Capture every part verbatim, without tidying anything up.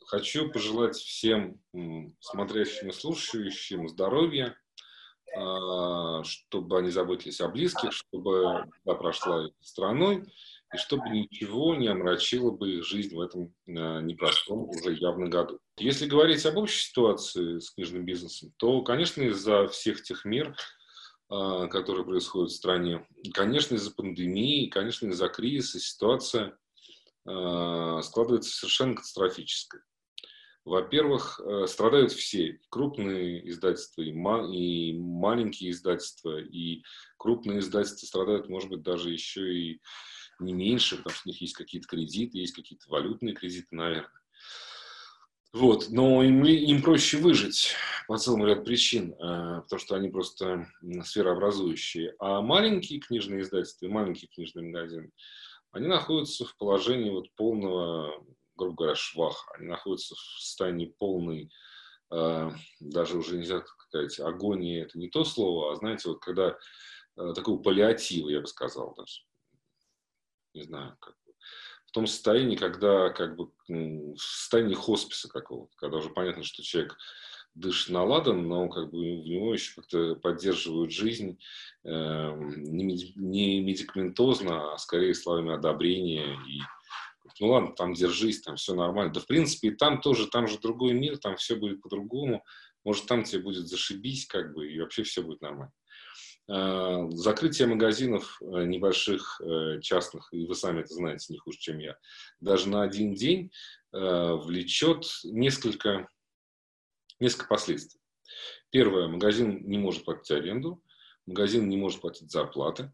Хочу пожелать всем м, смотрящим и слушающим здоровья, а, чтобы они заботились о близких, чтобы беда прошла их страной, и чтобы ничего не омрачило бы их жизнь в этом а, непростом уже явно году. Если говорить об общей ситуации с книжным бизнесом, то, конечно, из-за всех тех мер, а, которые происходят в стране, конечно, из-за пандемии, конечно, из-за кризиса ситуация а, складывается совершенно катастрофической. Во-первых, э, страдают все, и крупные издательства, и, ма- и маленькие издательства, и крупные издательства страдают, может быть, даже еще и не меньше, потому что у них есть какие-то кредиты, есть какие-то валютные кредиты, наверное. Вот, но им, ли- им проще выжить по целому ряду причин, э, потому что они просто м, сферообразующие. А маленькие книжные издательства и маленькие книжные магазины, они находятся в положении вот полного, грубо говоря, шваха. Они находятся в состоянии полной, э, даже уже нельзя сказать, агонии, это не то слово, а знаете, вот когда э, такого паллиатива, я бы сказал даже, не знаю, как бы, в том состоянии, когда как бы м, в состоянии хосписа какого-то, когда уже понятно, что человек дышит на ладан, но как бы в него еще как-то поддерживают жизнь э, не, меди- не медикаментозно, а скорее словами одобрения и ну ладно, там держись, там все нормально. Да, в принципе, и там тоже, там же другой мир, там все будет по-другому. Может, там тебе будет зашибись, как бы, и вообще все будет нормально. А, Закрытие магазинов э, небольших, э, частных, и вы сами это знаете не хуже, чем я, даже на один день э, влечет несколько, несколько последствий. Первое, магазин не может платить аренду, магазин не может платить зарплаты,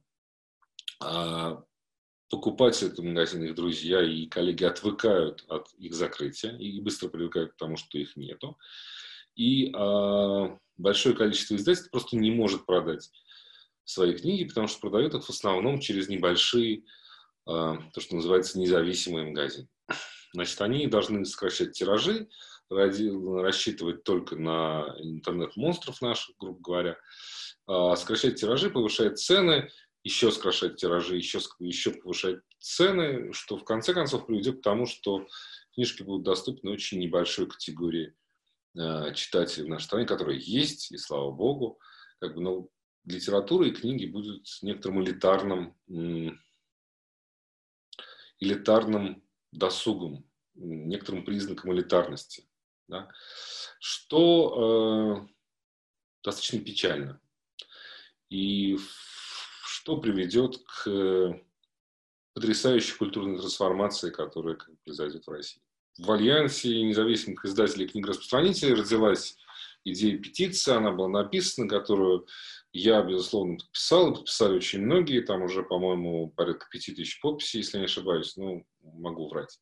а покупатели этого магазина, их друзья и коллеги отвыкают от их закрытия и быстро привыкают к тому, что их нету. И а, большое количество издательств просто не может продать свои книги, потому что продают их в основном через небольшие, а, то, что называется, независимые магазины. Значит, они должны сокращать тиражи, ради- рассчитывать только на интернет-монстров наших, грубо говоря, а, сокращать тиражи, повышать цены, еще сокращать тиражи, еще, еще повышать цены, что в конце концов приведет к тому, что книжки будут доступны очень небольшой категории э, читателей в нашей стране, которые есть, и слава богу, как бы, ну, литература и книги будут некоторым элитарным, м, элитарным досугом, м, некоторым признаком элитарности, да, что э, достаточно печально. И что приведет к потрясающей культурной трансформации, которая как бы произойдет в России. В Альянсе независимых издателей и книгораспространителей родилась идея петиции, она была написана, которую я, безусловно, подписал, и подписали очень многие, там уже, по-моему, порядка пяти тысяч подписей, если не ошибаюсь, ну, могу врать.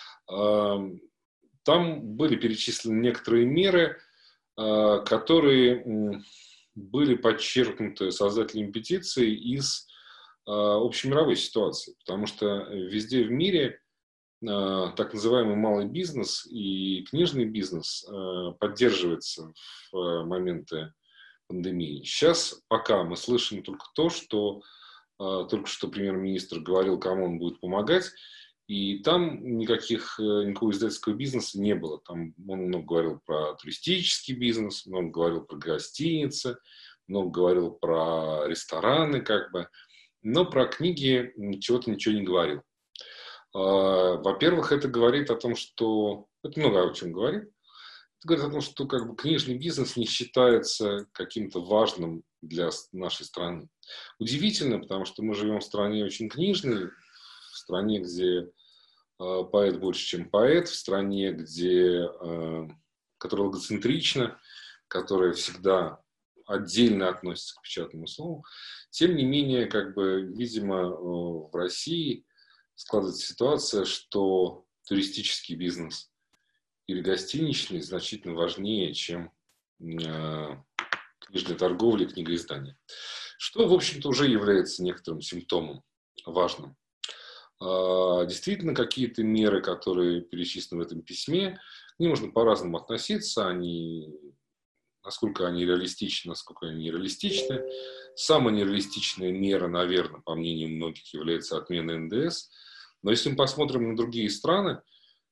Там были перечислены некоторые меры, которые были подчеркнуты создателями петиции из общемировой ситуации, потому что везде в мире так называемый малый бизнес и книжный бизнес поддерживается в моменты пандемии. Сейчас пока мы слышим только то, что только что премьер-министр говорил, кому он будет помогать, и там никаких, никакого издательского бизнеса не было. Там он много говорил про туристический бизнес, много говорил про гостиницы, много говорил про рестораны, как бы, но про книги чего-то ничего не говорил. Во-первых, это говорит о том, что... Это много о чем говорит. Это говорит о том, что как бы книжный бизнес не считается каким-то важным для нашей страны. Удивительно, потому что мы живем в стране очень книжной, в стране, где э, поэт больше, чем поэт, в стране, где, э, которая логоцентрична, которая всегда отдельно относится к печатному слову. Тем не менее, как бы, видимо, э, в России складывается ситуация, что туристический бизнес или гостиничный значительно важнее, чем э, книжная торговля, книгоиздание. Что, в общем-то, уже является некоторым симптомом важным. Э, действительно, какие-то меры, которые перечислены в этом письме, к ним можно по-разному относиться, они, насколько они реалистичны, насколько они нереалистичны. Самая нереалистичная мера, наверное, по мнению многих, является отмена эн дэ эс. Но если мы посмотрим на другие страны,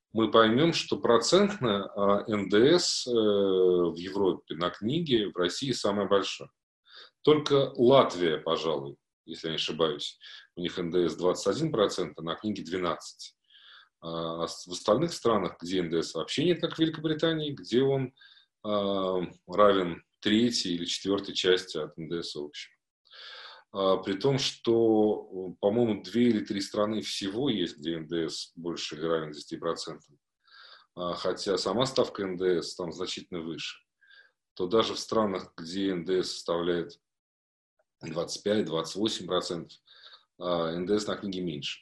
мы поймем, что процентно эн дэ эс в Европе на книги в России самое большое. Только Латвия, пожалуй, если я не ошибаюсь, у них эн дэ эс двадцать один процент, а на книги двенадцать процентов. А в остальных странах, где эн дэ эс вообще нет, как в Великобритании, где он равен третьей или четвертой части от эн дэ эс общего. При том, что, по-моему, две или три страны всего есть, где эн дэ эс больше или равен десяти процентам. Хотя сама ставка эн дэ эс там значительно выше. То даже в странах, где эн дэ эс составляет двадцать пять — двадцать восемь процентов, эн дэ эс на книги меньше.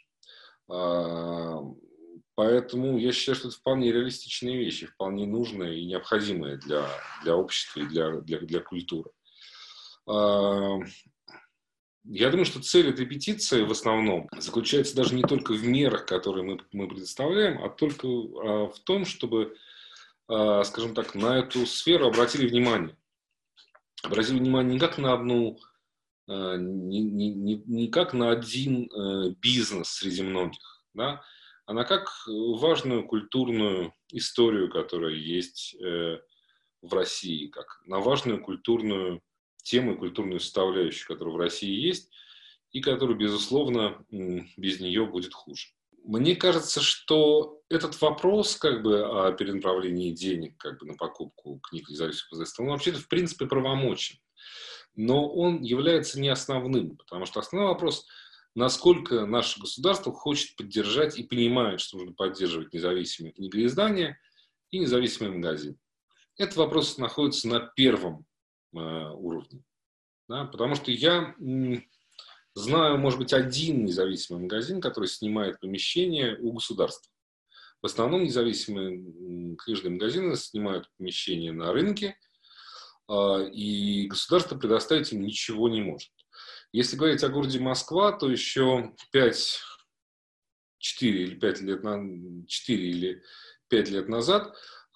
Поэтому я считаю, что это вполне реалистичные вещи, вполне нужные и необходимые для, для общества и для, для, для культуры. Я думаю, что цель этой петиции в основном заключается даже не только в мерах, которые мы, мы предоставляем, а только а, в том, чтобы, а, скажем так, на эту сферу обратили внимание. Обратили внимание не как на одну, а, не, не, не, не как на один а, бизнес среди многих, да, а на как важную культурную историю, которая есть э, в России, как на важную культурную тему и культурную составляющую, которая в России есть, и которая, безусловно, без нее будет хуже. Мне кажется, что этот вопрос как бы, о перенаправлении денег как бы, на покупку книг независимых издательств, он вообще-то в принципе правомочен. Но он является не основным, потому что основной вопрос, насколько наше государство хочет поддержать и понимает, что нужно поддерживать независимые книгоиздания и независимые магазины. Этот вопрос находится на первом уровне. Да, потому что я м, знаю, может быть, один независимый магазин, который снимает помещение у государства. В основном независимые м, книжные магазины снимают помещение на рынке, э, и государство предоставить им ничего не может. Если говорить о городе Москва, то еще пять, четыре или пять лет, четыре или пять лет назад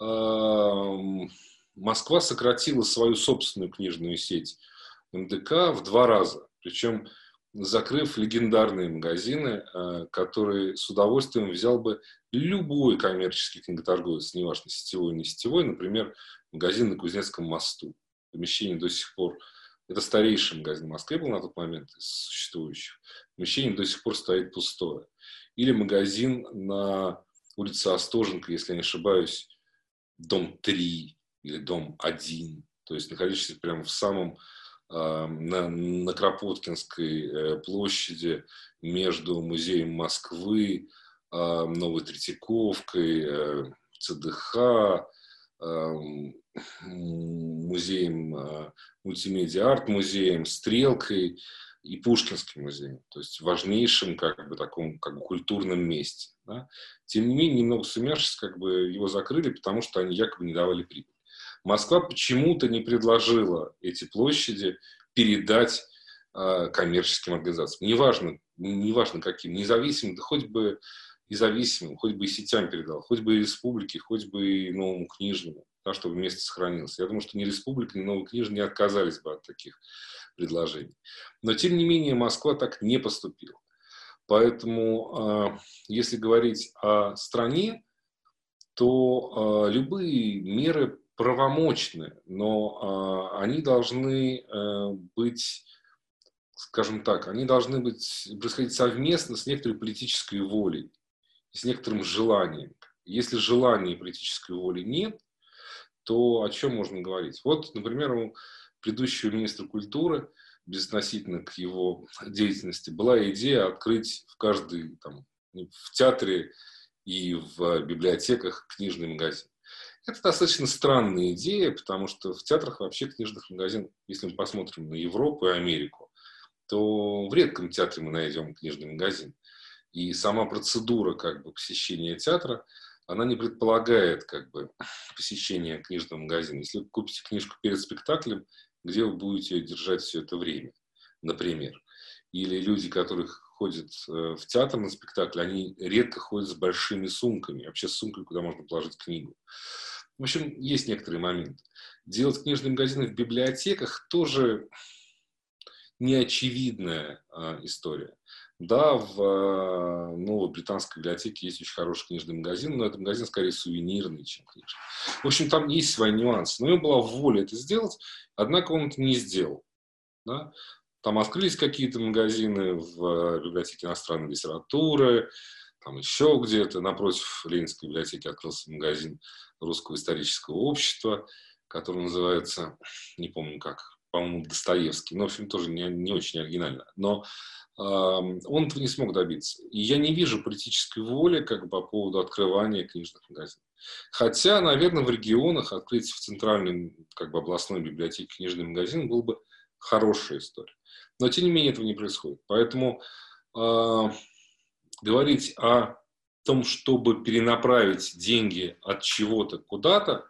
э, Москва сократила свою собственную книжную сеть эм дэ ка в два раза. Причем закрыв легендарные магазины, которые с удовольствием взял бы любой коммерческий книготорговец, неважно, сетевой или не сетевой, например, магазин на Кузнецком мосту. Помещение до сих пор, это старейший магазин в Москве был на тот момент из существующих. Помещение до сих пор стоит пустое. Или магазин на улице Остоженко, если я не ошибаюсь, дом три или дом один, то есть находящийся прямо в самом э, на, на Кропоткинской э, площади между музеем Москвы, э, Новой Третьяковкой, э, цэ дэ ха, э, музеем э, мультимедиа арт-музеем, Стрелкой и Пушкинским музеем, то есть важнейшим как бы таком как бы культурном месте. Да? Тем не менее, немного сумявшись, как бы его закрыли, потому что они якобы не давали прибыль. Москва почему-то не предложила эти площади передать э, коммерческим организациям. Неважно, неважно каким, независимым, да хоть бы и зависимым, хоть бы и сетям передал, хоть бы и республике, хоть бы и новому книжному, да, чтобы место сохранилось. Я думаю, что ни республика, ни новый книжный не отказались бы от таких предложений. Но, тем не менее, Москва так не поступила. Поэтому, если говорить о стране, то любые меры правомочны, но они должны быть, скажем так, они должны быть, происходить совместно с некоторой политической волей, с некоторым желанием. Если желания и политической воли нет, то о чем можно говорить? Вот, например, у предыдущего министра культуры, безотносительно к его деятельности, была идея открыть в каждой, там, в театре и в библиотеках книжный магазин. Это достаточно странная идея, потому что в театрах вообще книжных магазинов, если мы посмотрим на Европу и Америку, то в редком театре мы найдем книжный магазин. И сама процедура как бы, посещения театра, она не предполагает как бы, посещение книжного магазина. Если вы купите книжку перед спектаклем, где вы будете ее держать все это время, например. Или люди, которые ходят в театр на спектакль, они редко ходят с большими сумками, вообще с сумкой, куда можно положить книгу. В общем, есть некоторые моменты. Делать книжные магазины в библиотеках тоже неочевидная а, история. Да, в новой британской библиотеке есть очень хороший книжный магазин, но это магазин скорее сувенирный, чем книжный. В общем, там есть свои нюансы. Но у него была воля это сделать, однако он это не сделал. Да? Там открылись какие-то магазины в библиотеке иностранной литературы, там еще где-то. Напротив Ленинской библиотеки открылся магазин Русского исторического общества, который называется, не помню как, по-моему, Достоевский. Но, в общем, тоже не, не очень оригинально. Но э, он этого не смог добиться. И я не вижу политической воли как бы, по поводу открывания книжных магазинов. Хотя, наверное, в регионах открыть в центральной как бы, областной библиотеке книжный магазин был бы хорошая история. Но, тем не менее, этого не происходит. Поэтому э, говорить о том, чтобы перенаправить деньги от чего-то куда-то,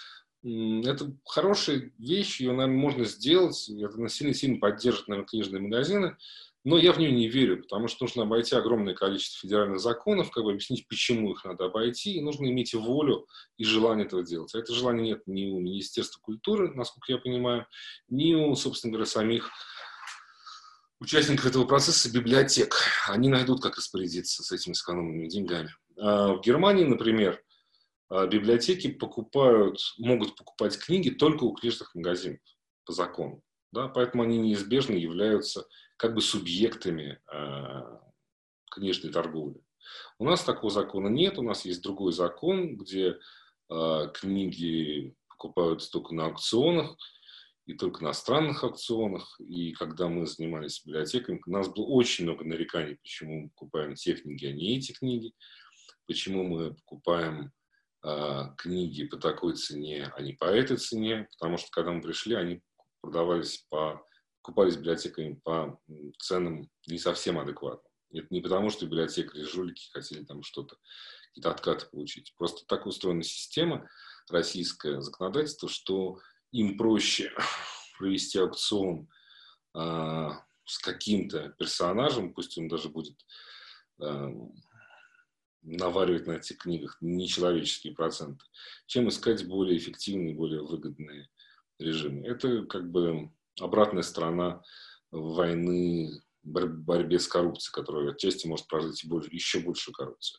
это хорошая вещь, ее, наверное, можно сделать. Это сильно-сильно поддержит, наверное, книжные магазины. Но я в нее не верю, потому что нужно обойти огромное количество федеральных законов, как бы объяснить, почему их надо обойти, и нужно иметь волю и желание этого делать. А это желание нет ни у Министерства культуры, насколько я понимаю, ни у, собственно говоря, самих участников этого процесса библиотек. Они найдут, как распорядиться с этими сэкономленными деньгами. А в Германии, например, библиотеки покупают, могут покупать книги только у книжных магазинов по закону. Да? Поэтому они неизбежно являются как бы субъектами э, книжной торговли. У нас такого закона нет. У нас есть другой закон, где э, книги покупаются только на аукционах и только на странных аукционах. И когда мы занимались библиотеками, у нас было очень много нареканий, почему мы покупаем те книги, а не эти книги, почему мы покупаем книги по такой цене, а не по этой цене, потому что, когда мы пришли, они продавались по, покупались библиотеками по ценам не совсем адекватным. Это не потому, что библиотекари жулики хотели там что-то, какие-то откаты получить. Просто так устроена система, российское законодательство, что им проще провести аукцион а, с каким-то персонажем, пусть он даже будет а, наваривать на этих книгах нечеловеческие проценты, чем искать более эффективные, более выгодные режимы. Это как бы обратная сторона войны, борьбе с коррупцией, которая отчасти может породить еще большую коррупцию.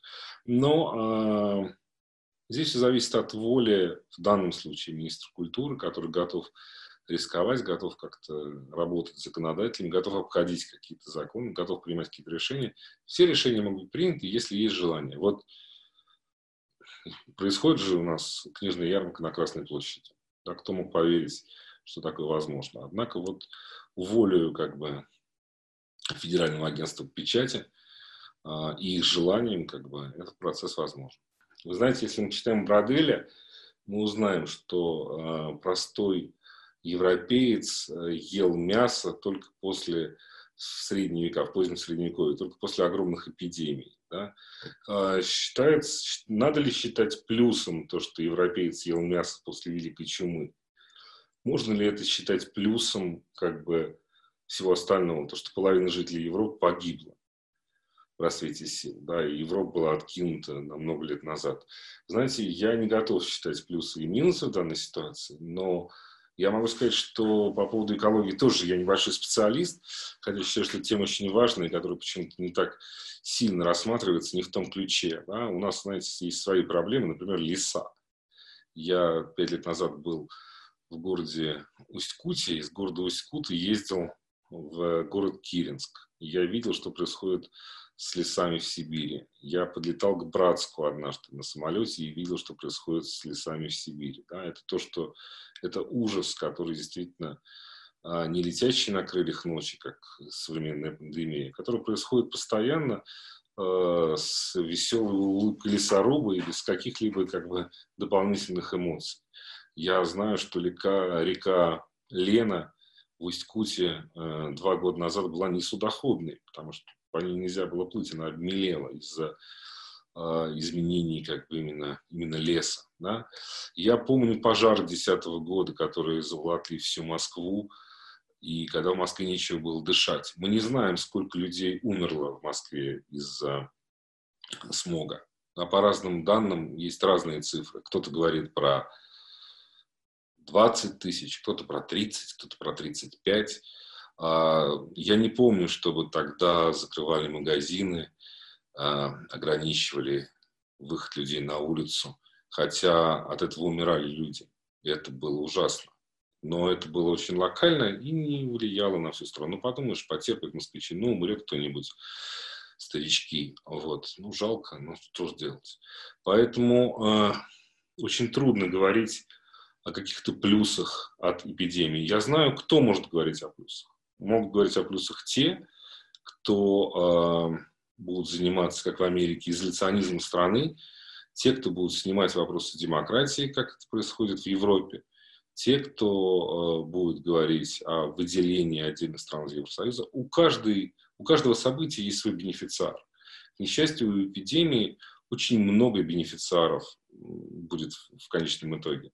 Но э, здесь все зависит от воли, в данном случае, министра культуры, который готов рисковать, готов как-то работать с законодателем, готов обходить какие-то законы, готов принимать какие-то решения. Все решения могут быть приняты, если есть желание. Вот происходит же у нас книжная ярмарка на Красной площади. Да, кто мог поверить, что такое возможно? Однако вот волею как бы Федерального агентства печати а, и их желанием как бы этот процесс возможен. Вы знаете, если мы читаем Броделя, мы узнаем, что а, простой европеец ел мясо только после в средние века, в позднем средневековье, только после огромных эпидемий. Да? Считается, надо ли считать плюсом то, что европеец ел мясо после Великой чумы? Можно ли это считать плюсом как бы всего остального, то, что половина жителей Европы погибла в расцвете сил, да, и Европа была откинута на много лет назад. Знаете, я не готов считать плюсы и минусы в данной ситуации, но я могу сказать, что по поводу экологии тоже я небольшой специалист, хотя считаю, что тема очень важная, которая почему-то не так сильно рассматривается, не в том ключе. Да? У нас, знаете, есть свои проблемы, например, леса. Я пять лет назад был в городе Усть-Куте, из города Усть-Куты ездил в город Киренск. И я видел, что происходит с лесами в Сибири. Я подлетал к Братску однажды на самолете и видел, что происходит с лесами в Сибири. Да, это то, что это ужас, который действительно а, не летящий на крыльях ночи, как современная пандемия, который происходит постоянно а, с веселой улыбкой лесоруба и без каких-либо как бы дополнительных эмоций. Я знаю, что река, река Лена в Усть-Куте э, два года назад была не судоходной, потому что по ней нельзя было плыть, она обмелела из-за э, изменений как бы именно, именно леса. Да? Я помню пожар две тысячи десятого года, которые заволокли всю Москву, и когда в Москве нечего было дышать. Мы не знаем, сколько людей умерло в Москве из-за смога. А по разным данным есть разные цифры. Кто-то говорит про двадцать тысяч, кто-то про тридцать, кто-то про тридцать пять. Я не помню, чтобы тогда закрывали магазины, ограничивали выход людей на улицу, хотя от этого умирали люди. И это было ужасно. Но это было очень локально и не влияло на всю страну. Ну, подумаешь, потерпят москвичи, ну, умрет кто-нибудь, старички. Вот. Ну, жалко, но что же делать. Поэтому э, очень трудно говорить о каких-то плюсах от эпидемии. Я знаю, кто может говорить о плюсах. Могут говорить о плюсах те, кто э, будут заниматься, как в Америке, изоляционизмом страны, те, кто будут снимать вопросы демократии, как это происходит в Европе, те, кто э, будет говорить о выделении отдельных стран из Евросоюза, у, каждой, у каждого события есть свой бенефициар. К несчастью, у эпидемии очень много бенефициаров будет в конечном итоге.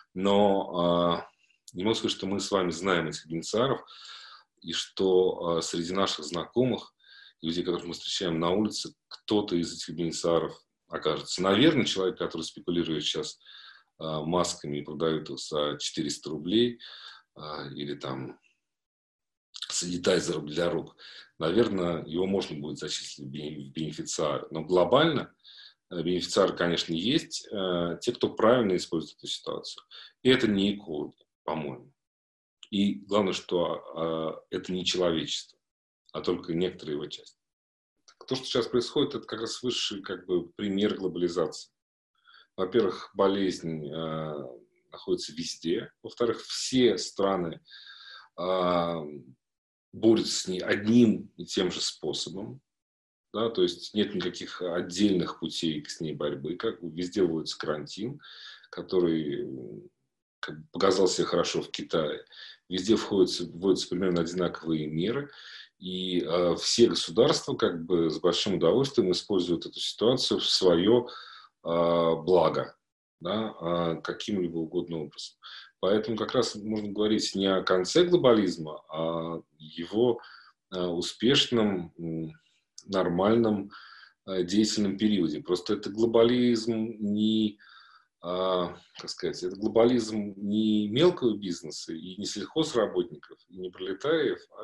Но э, не могу сказать, что мы с вами знаем этих бенефициаров, и что э, среди наших знакомых, людей, которых мы встречаем на улице, кто-то из этих бенефициаров окажется. Наверное, человек, который спекулирует сейчас э, масками и продает их за четыреста рублей, э, или там санитайзером для рук, наверное, его можно будет зачислить в бенефициары. Но глобально э, бенефициары, конечно, есть. Э, те, кто правильно использует эту ситуацию. И это не экологи, по-моему. И главное, что э, это не человечество, а только некоторая его часть. То, что сейчас происходит, это как раз высший как бы, пример глобализации. Во-первых, болезнь э, находится везде. Во-вторых, все страны э, борются с ней одним и тем же способом. Да, то есть нет никаких отдельных путей с ней борьбы. Как бы везде вводится карантин, который как бы, показал себя хорошо в Китае. Везде входятся, вводятся примерно одинаковые меры. И э, все государства как бы с большим удовольствием используют эту ситуацию в свое э, благо, да, э, каким-либо угодным образом. Поэтому как раз можно говорить не о конце глобализма, а о его э, успешном, нормальном, э, деятельном периоде. Просто это глобализм не... А, как сказать, это глобализм не мелкого бизнеса и не сельхозработников, и не пролетариев, а,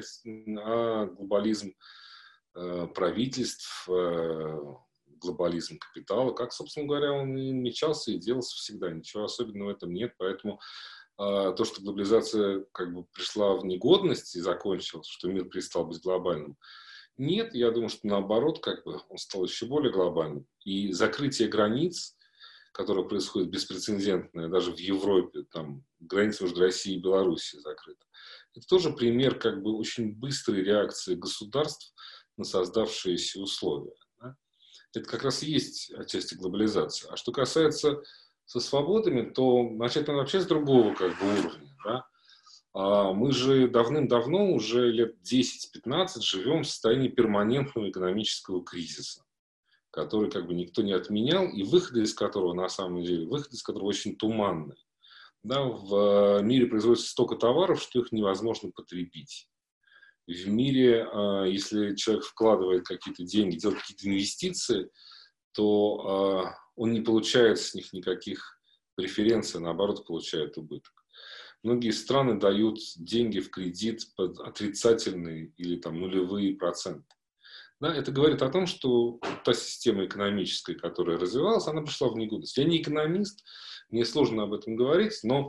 а глобализм э, правительств, э, глобализм капитала, как, собственно говоря, он и мечался и делался всегда. Ничего особенного в этом нет. Поэтому э, то, что глобализация как бы пришла в негодность и закончилась, что мир перестал быть глобальным, нет, я думаю, что наоборот, как бы он стал еще более глобальным. И закрытие границ, которое происходит беспрецедентное, даже в Европе, там граница между Россией и Белоруссией закрыта. Это тоже пример как бы очень быстрой реакции государств на создавшиеся условия. Да? Это как раз и есть отчасти глобализация. А что касается со свободами, то начать надо вообще с другого как бы уровня. Да? А мы же давным-давно, уже лет десять-пятнадцать, живем в состоянии перманентного экономического кризиса, который как бы никто не отменял, и выходы из которого, на самом деле, выходы из которого очень туманные. Да, в мире производится столько товаров, что их невозможно потребить. В мире, если человек вкладывает какие-то деньги, делает какие-то инвестиции, то он не получает с них никаких преференций, наоборот, получает убыток. Многие страны дают деньги в кредит под отрицательные или там, нулевые проценты. Да, это говорит о том, что та система экономическая, которая развивалась, она пришла в негодность. Я не экономист, мне сложно об этом говорить, но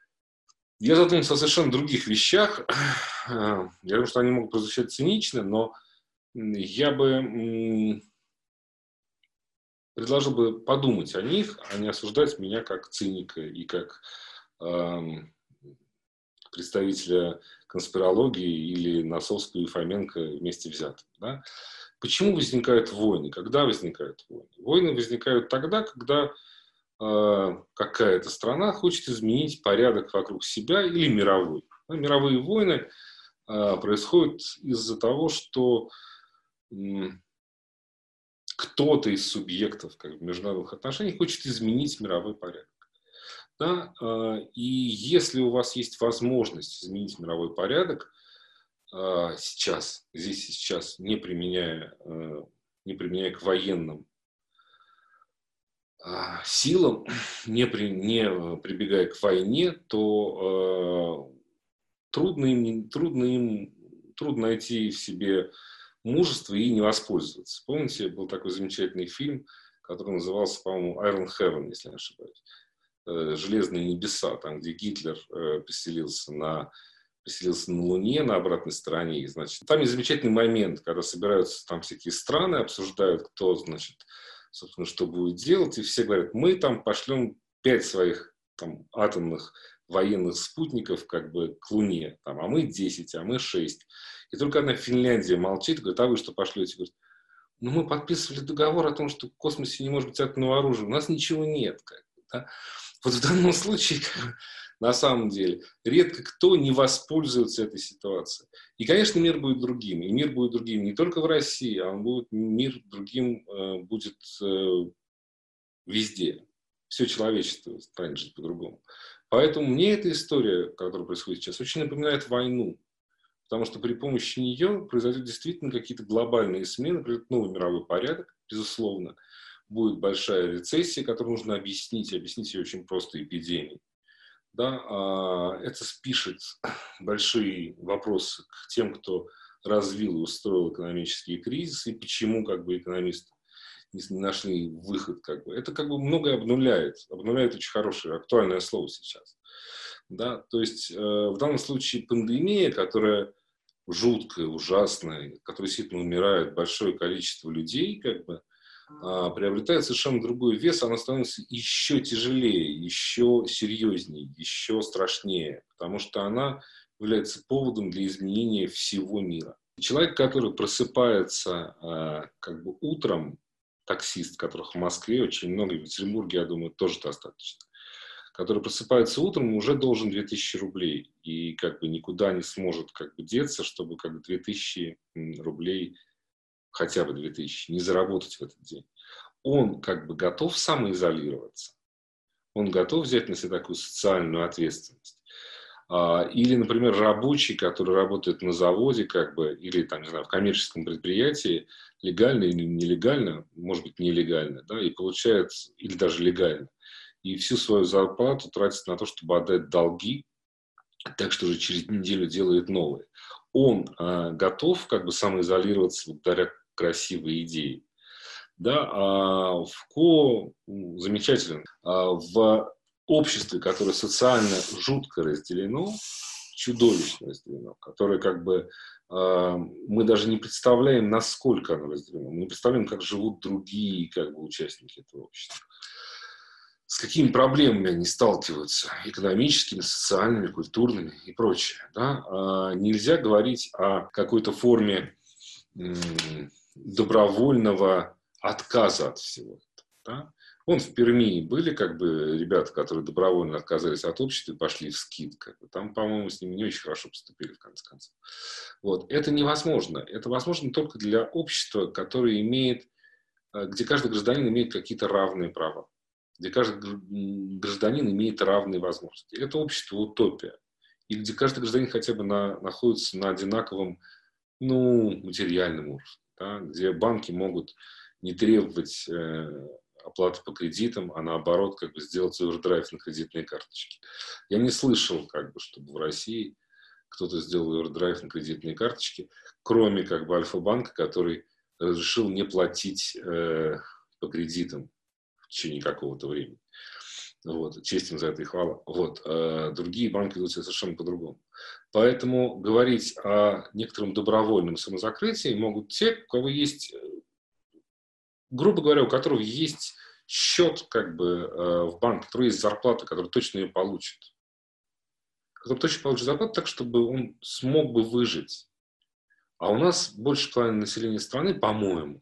я задумался о совершенно других вещах. Я думаю, что они могут прозвучать цинично, но я бы предложил бы подумать о них, а не осуждать меня как циника и как представителя конспирологии или Носовского и Фоменко вместе взятых. Да? Почему возникают войны? Когда возникают войны? Войны возникают тогда, когда э, какая-то страна хочет изменить порядок вокруг себя или мировой. Да, мировые войны э, происходят из-за того, что э, кто-то из субъектов как, международных отношений хочет изменить мировой порядок. Да? И если у вас есть возможность изменить мировой порядок сейчас, здесь и сейчас, не применяя, не применяя к военным силам, не, при, не прибегая к войне, то, трудно им, трудно им, трудно найти в себе мужество и не воспользоваться. Помните, был такой замечательный фильм, который назывался, по-моему, Iron Heaven, если не ошибаюсь. «Железные небеса», там, где Гитлер э, поселился на, поселился на Луне, на обратной стороне. И, значит, там есть замечательный момент, когда собираются там всякие страны, обсуждают, кто, значит, собственно, что будет делать, и все говорят, мы там пошлем пять своих там, атомных военных спутников как бы к Луне, там, а мы десять, а мы шесть. И только одна Финляндия молчит, говорит, а вы что пошлете? Говорит, ну мы подписывали договор о том, что в космосе не может быть атомного оружия, у нас ничего нет. Как бы, да? Вот в данном случае, как бы, на самом деле, редко кто не воспользуется этой ситуацией. И, конечно, мир будет другим. И мир будет другим не только в России, а он будет, мир другим э, будет э, везде. Все человечество станет жить по-другому. Поэтому мне эта история, которая происходит сейчас, очень напоминает войну. Потому что при помощи нее произойдут действительно какие-то глобальные смены, придет новый мировой порядок, безусловно. Будет большая рецессия, которую нужно объяснить. Объяснить ее очень просто эпидемией. Да, а это спишет большие вопросы к тем, кто развил и устроил экономические кризисы, и почему как бы, экономисты не нашли выход. Как бы. Это как бы многое обнуляет. Обнуляет очень хорошее, актуальное слово сейчас. Да? То есть э, в данном случае пандемия, которая жуткая, ужасная, в которой действительно умирает большое количество людей, как бы, э, приобретает совершенно другой вес, она становится еще тяжелее, еще серьезнее, еще страшнее, потому что она является поводом для изменения всего мира. Человек, который просыпается э, как бы утром, таксист, которых в Москве очень много, и в Петербурге, я думаю, тоже достаточно, который просыпается утром, уже должен две тысячи рублей и как бы никуда не сможет как бы деться, чтобы как бы две тысячи рублей, хотя бы две тысячи, не заработать в этот день. Он как бы готов самоизолироваться, он готов взять на себя такую социальную ответственность. Или, например, рабочий, который работает на заводе, как бы, или там, не знаю, в коммерческом предприятии, легально или нелегально, может быть, нелегально, да, и получает, или даже легально, и всю свою зарплату тратит на то, чтобы отдать долги, так что уже через неделю делает новые. Он а, готов как бы самоизолироваться благодаря красивой идее. Да, а Фуко замечательно. А в обществе, которое социально жутко разделено, чудовищно разделено, которое как бы э, мы даже не представляем, насколько оно разделено. Мы не представляем, как живут другие как бы, участники этого общества. С какими проблемами они сталкиваются, экономическими, социальными, культурными и прочее. Да? А нельзя говорить о какой-то форме м, добровольного отказа от всего этого. Да? Вон в Перми были как бы ребята, которые добровольно отказались от общества и пошли в скит. Как бы. Там, по-моему, с ними не очень хорошо поступили, в конце концов. Вот. Это невозможно. Это возможно только для общества, которое имеет, где каждый гражданин имеет какие-то равные права, где каждый гражданин имеет равные возможности. Это общество утопия. И где каждый гражданин хотя бы на, находится на одинаковом ну, материальном уровне. Да, где банки могут не требовать э, оплаты по кредитам, а наоборот, как бы сделать овердрайв на кредитные карточки. Я не слышал, как бы, чтобы в России кто-то сделал овердрайв на кредитные карточки, кроме как бы Альфа-банка, который разрешил не платить э, по кредитам в течение какого-то времени. Вот. Честь им за это и хвала. Вот. А другие банки ведут себя совершенно по-другому. Поэтому говорить о некотором добровольном самозакрытии могут те, у кого есть, грубо говоря, у которого есть счет как бы, в банке, у которого есть зарплата, который точно ее получит. Который точно получит зарплату так, чтобы он смог бы выжить. А у нас больше половины населения страны, по-моему,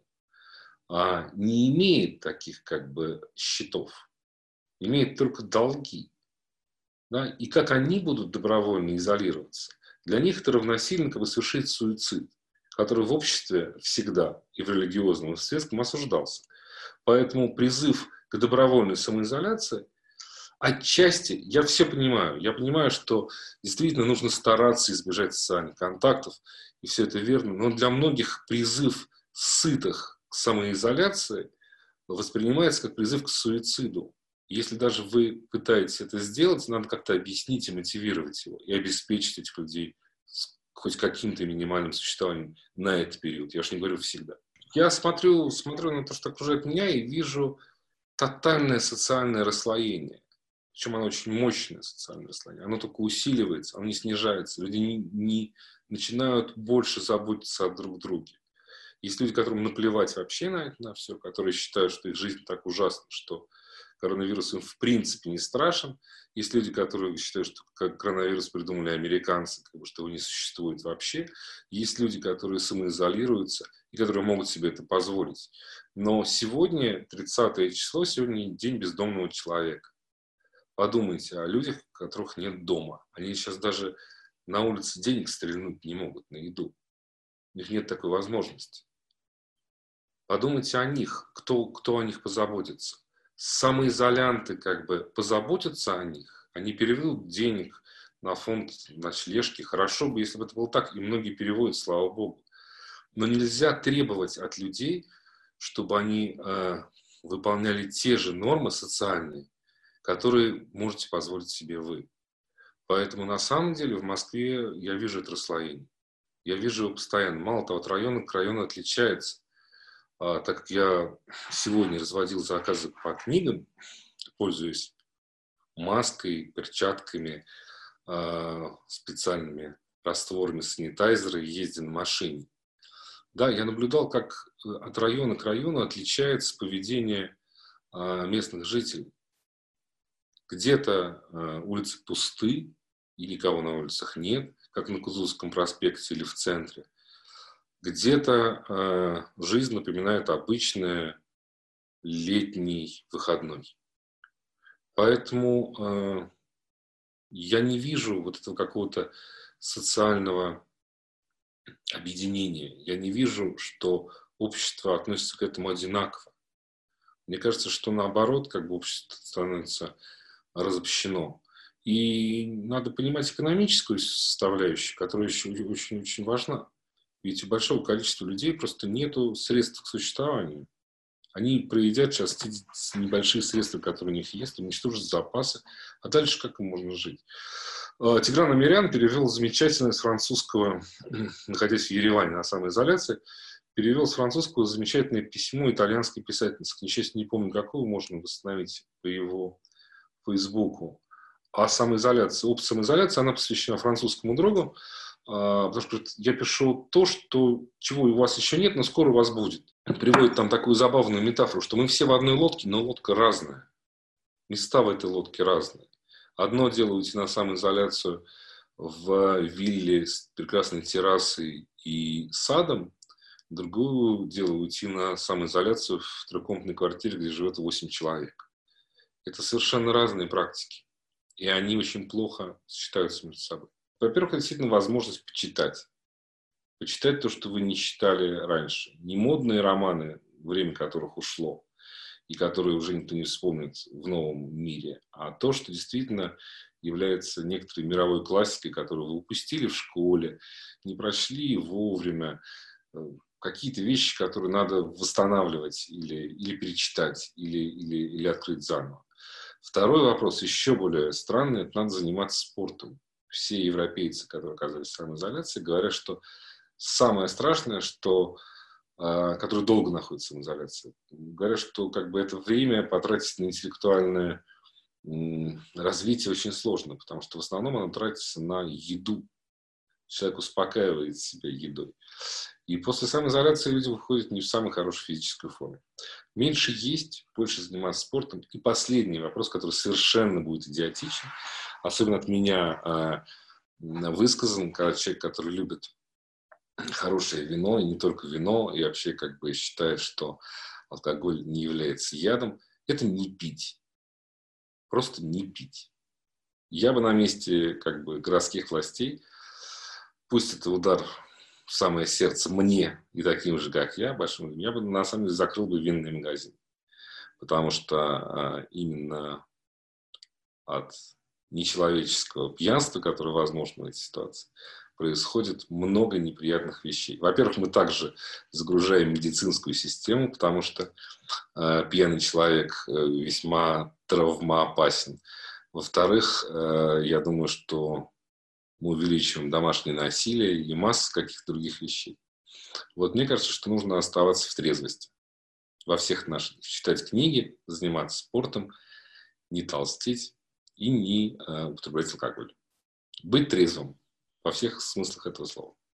не имеет таких как бы счетов. Имеет только долги. Да? И как они будут добровольно изолироваться, для них это равносильно как бы совершить суицид, который в обществе всегда и в религиозном, и в светском осуждался. Поэтому призыв к добровольной самоизоляции отчасти, я все понимаю, я понимаю, что действительно нужно стараться избежать социальных контактов, и все это верно, но для многих призыв сытых к самоизоляции воспринимается как призыв к суициду. Если даже вы пытаетесь это сделать, надо как-то объяснить и мотивировать его, и обеспечить этих людей с хоть каким-то минимальным существованием на этот период. Я же не говорю всегда. Я смотрю, смотрю на то, что окружает меня, и вижу тотальное социальное расслоение. Причем оно очень мощное социальное расслоение. Оно только усиливается, оно не снижается. Люди не, не начинают больше заботиться о друг друге. Есть люди, которым наплевать вообще на это, на все, которые считают, что их жизнь так ужасна, что коронавирус им в принципе не страшен. Есть люди, которые считают, что коронавирус придумали американцы, как бы, что его не существует вообще. Есть люди, которые самоизолируются и которые могут себе это позволить. Но сегодня, тридцатое число, сегодня день бездомного человека. Подумайте о людях, у которых нет дома. Они сейчас даже на улице денег стрельнуть не могут на еду. У них нет такой возможности. Подумайте о них, кто, кто о них позаботится. Самоизолянты как бы позаботятся о них, они переведут денег на фонд ночлежки. Хорошо бы, если бы это было так, и многие переводят, слава богу. Но нельзя требовать от людей, чтобы они э, выполняли те же нормы социальные, которые можете позволить себе вы. Поэтому на самом деле в Москве я вижу это расслоение. Я вижу его постоянно. Мало того, от района к району отличается. А, так как я сегодня разводил заказы по книгам, пользуясь маской, перчатками, а, специальными растворами, санитайзеры, ездя на машине. Да, я наблюдал, как от района к району отличается поведение а, местных жителей. Где-то а, улицы пусты, и никого на улицах нет, как на Кутузовском проспекте или в центре. Где-то э, жизнь напоминает обычный летний выходной. Поэтому э, я не вижу вот этого какого-то социального объединения. Я не вижу, что общество относится к этому одинаково. Мне кажется, что наоборот, как бы общество становится разобщено. И надо понимать экономическую составляющую, которая еще очень-очень важна. Ведь у большого количества людей просто нет средств к существованию. Они проедят сейчас те небольшие средства, которые у них есть, уничтожат запасы. А дальше как им можно жить? Тигран Амирян перевел замечательное с французского, находясь в Ереване на самоизоляции, перевел с французского замечательное письмо итальянской писательницы. К несчастью, не помню какого, можно восстановить по его фейсбуку. А самоизоляция, опыт самоизоляции, она посвящена французскому другу. Потому что я пишу то, что, чего у вас еще нет, но скоро у вас будет. Приводит там такую забавную метафору, что мы все в одной лодке, но лодка разная. Места в этой лодке разные. Одно дело уйти на самоизоляцию в вилле с прекрасной террасой и садом, другое дело уйти на самоизоляцию в трехкомнатной квартире, где живет восемь человек. Это совершенно разные практики. И они очень плохо сочетаются между собой. Во-первых, это действительно возможность почитать. Почитать то, что вы не читали раньше. Не модные романы, время которых ушло, и которые уже никто не вспомнит в новом мире, а то, что действительно является некоторой мировой классикой, которую вы упустили в школе, не прочли вовремя. Какие-то вещи, которые надо восстанавливать или, или перечитать, или, или, или открыть заново. Второй вопрос, еще более странный, это надо заниматься спортом. Все европейцы, которые оказались в самоизоляции, говорят, что самое страшное, что, э, которые долго находятся в самоизоляции, говорят, что как бы это время потратить на интеллектуальное э, развитие очень сложно, потому что в основном оно тратится на еду. Человек успокаивает себя едой. И после самоизоляции люди выходят не в самой хорошей физической форме. Меньше есть, больше заниматься спортом. И последний вопрос, который совершенно будет идиотичен, особенно от меня э, высказан, когда человек, который любит хорошее вино, и не только вино, и вообще как бы считает, что алкоголь не является ядом, это не пить. Просто не пить. Я бы на месте как бы городских властей, пусть это удар в самое сердце мне и таким же, как я, большим, я бы на самом деле закрыл бы винный магазин. Потому что а, именно от нечеловеческого пьянства, которое возможно в этой ситуации, происходит много неприятных вещей. Во-первых, мы также загружаем медицинскую систему, потому что э, пьяный человек э, весьма травмоопасен. Во-вторых, э, я думаю, что мы увеличиваем домашнее насилие и массу каких-то других вещей. Вот мне кажется, что нужно оставаться в трезвости во всех наших. Читать книги, заниматься спортом, не толстеть и не э, употреблять алкоголь. Быть трезвым во всех смыслах этого слова.